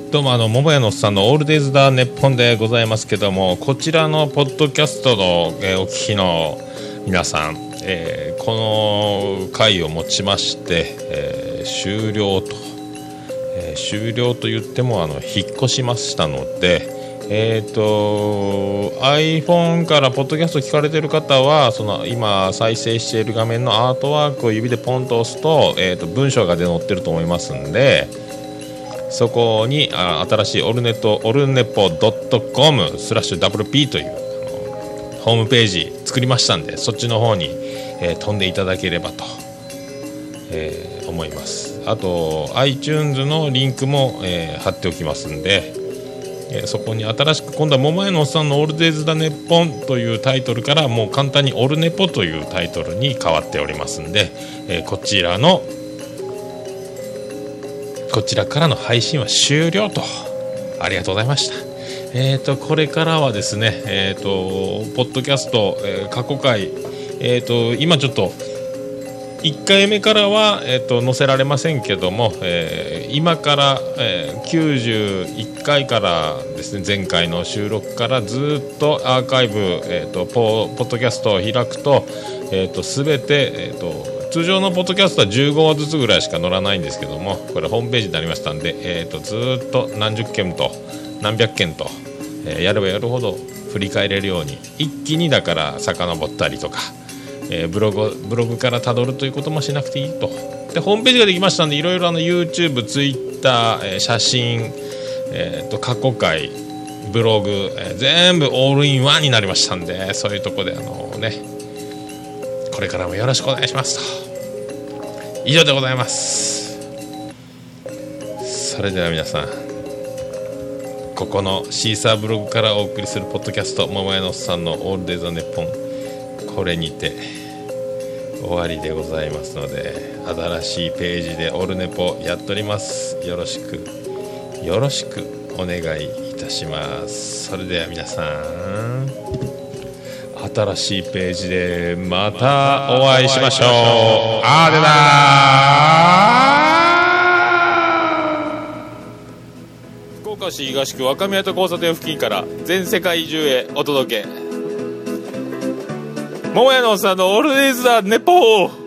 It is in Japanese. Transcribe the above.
どうも桃屋のおっさんのオールデイズだネッポンでございますけども、こちらのポッドキャストの、お聞きの皆さん、この回をもちまして、終了と、終了と言っても引っ越しましたので、iPhone からポッドキャスト聞かれている方はその今再生している画面のアートワークを指でポンと押すと、文章が載ってると思いますんで、そこに新しいオルネポ .com/WP というホームページ作りましたんで、そっちの方に、飛んでいただければと、思います。あと iTunes のリンクも、貼っておきますんで、そこに新しく今度は桃屋のおっさんのオールデイズだネッポンというタイトルからもう簡単にオルネポというタイトルに変わっておりますんで、こちらからの配信は終了と。ありがとうございました。これからはですね、ポッドキャスト、過去回、今ちょっと1回目からは、載せられませんけども、今から、91回からですね、前回の収録からずっとアーカイブ、ポッドキャストを開くと、全て、通常のポッドキャストは15話ずつぐらいしか載らないんですけども、これホームページになりましたんで、ずっと何十件と何百件と、やればやるほど振り返れるように一気にだから遡ったりとか、ブログからたどるということもしなくていいと。でホームページができましたんで、いろいろYouTube、Twitter、写真、過去回、ブログ、全部オールインワンになりましたんで、そういうとこでこれからもよろしくお願いしますと。以上でございます。それでは皆さん、ここのシーサーブログからお送りするポッドキャスト、桃屋のおっさんのオールデイズ・ネッポン、これにて終わりでございますので、新しいページでオルネポやっております。よろしくお願いいたします。それでは皆さん、新しいページでまたお会いしましょう。あーでだー。福岡市東区若宮と交差点付近から全世界中へお届け、桃屋のおっさんのオールデイズだネポー。